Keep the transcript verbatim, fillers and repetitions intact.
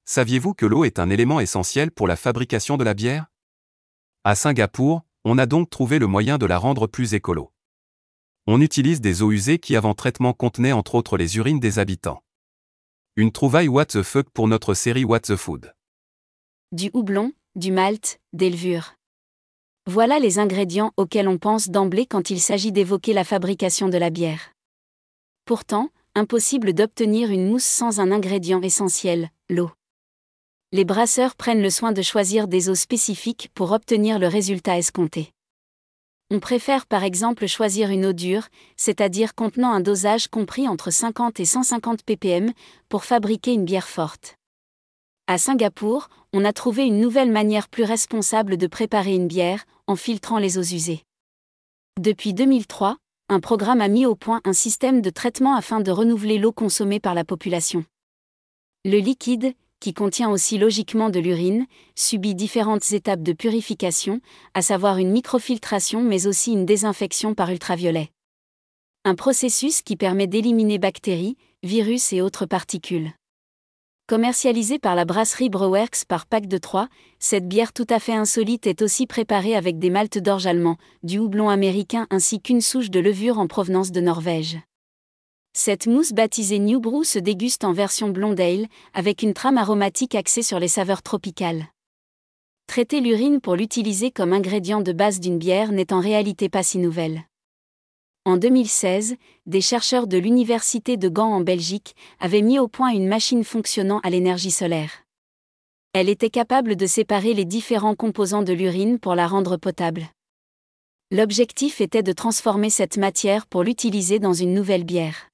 Saviez-vous que l'eau est un élément essentiel pour la fabrication de la bière? À Singapour, on a donc trouvé le moyen de la rendre plus écolo. On utilise des eaux usées qui avant traitement contenaient entre autres les urines des habitants. Une trouvaille what the fuck pour notre série What the Food. Du houblon, du malt, des levures. Voilà les ingrédients auxquels on pense d'emblée quand il s'agit d'évoquer la fabrication de la bière. Pourtant, impossible d'obtenir une mousse sans un ingrédient essentiel, l'eau. Les brasseurs prennent le soin de choisir des eaux spécifiques pour obtenir le résultat escompté. On préfère par exemple choisir une eau dure, c'est-à-dire contenant un dosage compris entre cinquante et cent cinquante ppm, pour fabriquer une bière forte. À Singapour, on a trouvé une nouvelle manière plus responsable de préparer une bière, en filtrant les eaux usées. Depuis deux mille trois, un programme a mis au point un système de traitement afin de renouveler l'eau consommée par la population. Le liquide, qui contient aussi logiquement de l'urine, subit différentes étapes de purification, à savoir une microfiltration mais aussi une désinfection par ultraviolet. Un processus qui permet d'éliminer bactéries, virus et autres particules. Commercialisée par la brasserie Brewworks par pack de trois, cette bière tout à fait insolite est aussi préparée avec des maltes d'orge allemands, du houblon américain ainsi qu'une souche de levure en provenance de Norvège. Cette mousse baptisée New Brew se déguste en version blonde ale, avec une trame aromatique axée sur les saveurs tropicales. Traiter l'urine pour l'utiliser comme ingrédient de base d'une bière n'est en réalité pas si nouvelle. En deux mille seize, des chercheurs de l'université de Gand en Belgique avaient mis au point une machine fonctionnant à l'énergie solaire. Elle était capable de séparer les différents composants de l'urine pour la rendre potable. L'objectif était de transformer cette matière pour l'utiliser dans une nouvelle bière.